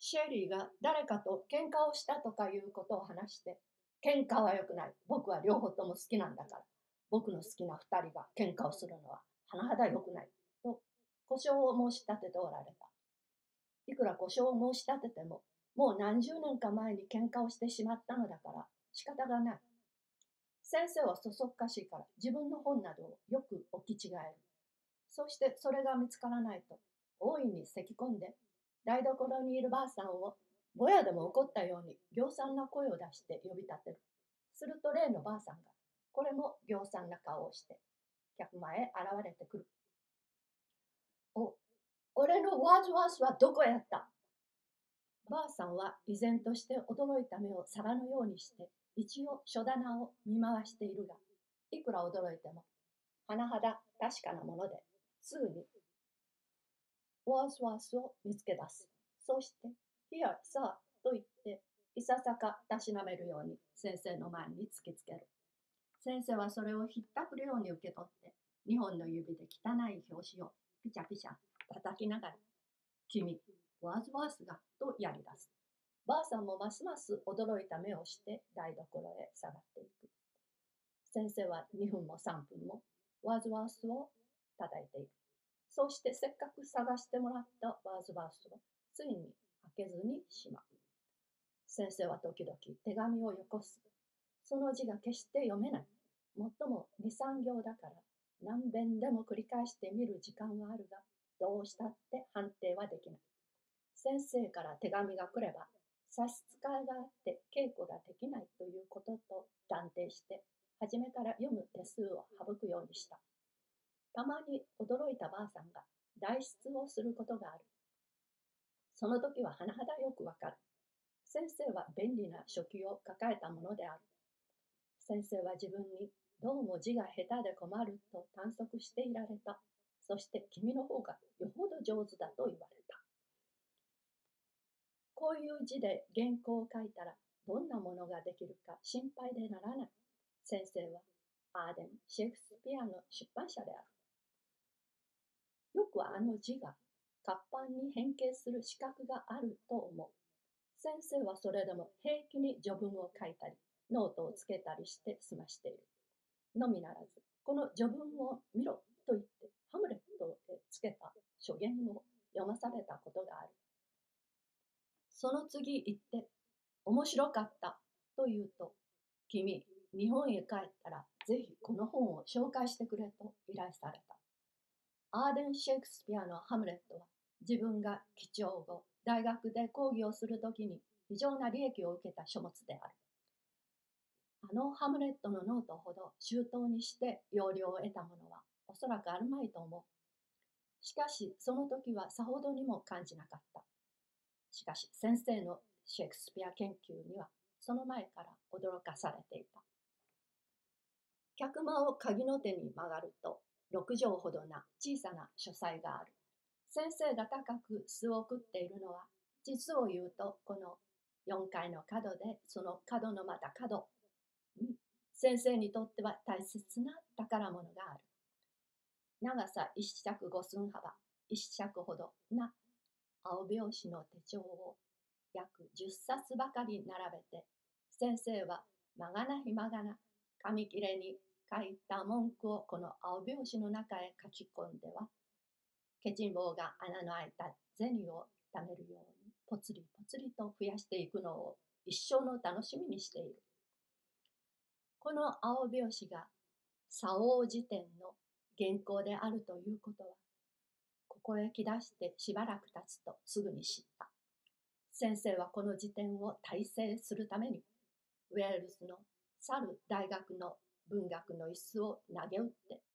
シェリーが誰かと喧嘩をしたとかいうことを話して、喧嘩は良くない。僕は両方とも好きなんだから。僕の好きな二人が喧嘩をするのは甚だ良くない。と、故障を申し立てておられた。いくら故障を申し立てても、もう何十年か前に喧嘩をしてしまったのだから仕方がない。先生はそそっかしいから自分の本などをよく置き違える。そしてそれが見つからないと大いに咳き込んで台所にいるばあさんをぼやでも怒ったようにぎょうさんな声を出して呼び立てる。すると例のばあさんがこれもぎょうさんな顔をして客間へ現れてくる。お、俺のワーズワースはどこへやった。ばあさんは依然として驚いた目を皿のようにして一応書棚を見回しているが、いくら驚いても甚だ確かなものですぐにワーズワースを見つけ出す。そして、Here, sir と言って、いささかたしなめるように先生の前に突きつける。先生はそれをひったくるように受け取って、2本の指で汚い表紙をピチャピチャ叩きながら、君、ワーズワースがとやり出す。ばあさんもますます驚いた目をして台所へ下がっていく。先生は2分も3分もワーズワースを叩いている。そうしてせっかく探してもらったワーズワースをついに開けずにしまう。先生は時々手紙をよこす。その字が決して読めない。もっとも2、3行だから何遍でも繰り返してみる時間はあるが、どうしたって判定はできない。先生から手紙が来れば差し支えがあって稽古ができないということと断定して初めから読む手数を省くようにした。たまに驚いたばあさんが代筆をすることがある。その時は甚だよくわかる。先生は便利な書記を抱えたものである。先生は自分にどうも字が下手で困ると探索していられた。そして君の方がよほど上手だと言われた。こういう字で原稿を書いたらどんなものができるか心配でならない。先生はアーデン・シェイクスピアの出版社である。よくあの字が活版に変形する資格があると思う。先生はそれでも平気に序文を書いたり、ノートをつけたりして済ましている。のみならず、この序文を見ろと言って、ハムレットでつけた書言を読まされたことがある。その次言って、面白かったと言うと、君、日本へ帰ったらぜひこの本を紹介してくれと依頼された。アーデン・シェイクスピアのハムレットは自分が記帳後、大学で講義をするときに非常な利益を受けた書物である。あのハムレットのノートほど周到にして要領を得たものはおそらくあるまいと思う。しかしその時はさほどにも感じなかった。しかし先生のシェイクスピア研究にはその前から驚かされていた。客間を鍵の手に曲がると6畳ほどな小さな書斎がある。先生が高く巣を送っているのは、実を言うとこの4階の角で、その角のまた角に先生にとっては大切な宝物がある。長さ1尺5寸幅1尺ほどな青表紙の手帳を約10冊ばかり並べて、先生はまがなひまがな紙切れに書いた文句をこの青表紙の中へ書き込んでは、ケチン棒が穴の開いた銭を貯めるようにぽつりぽつりと増やしていくのを一生の楽しみにしている。この青表紙が左王辞典の原稿であるということは、ここへ来だしてしばらく経つとすぐに知った。先生はこの辞典を大成するためにウェールズの去る大学の文学の椅子を投げ打って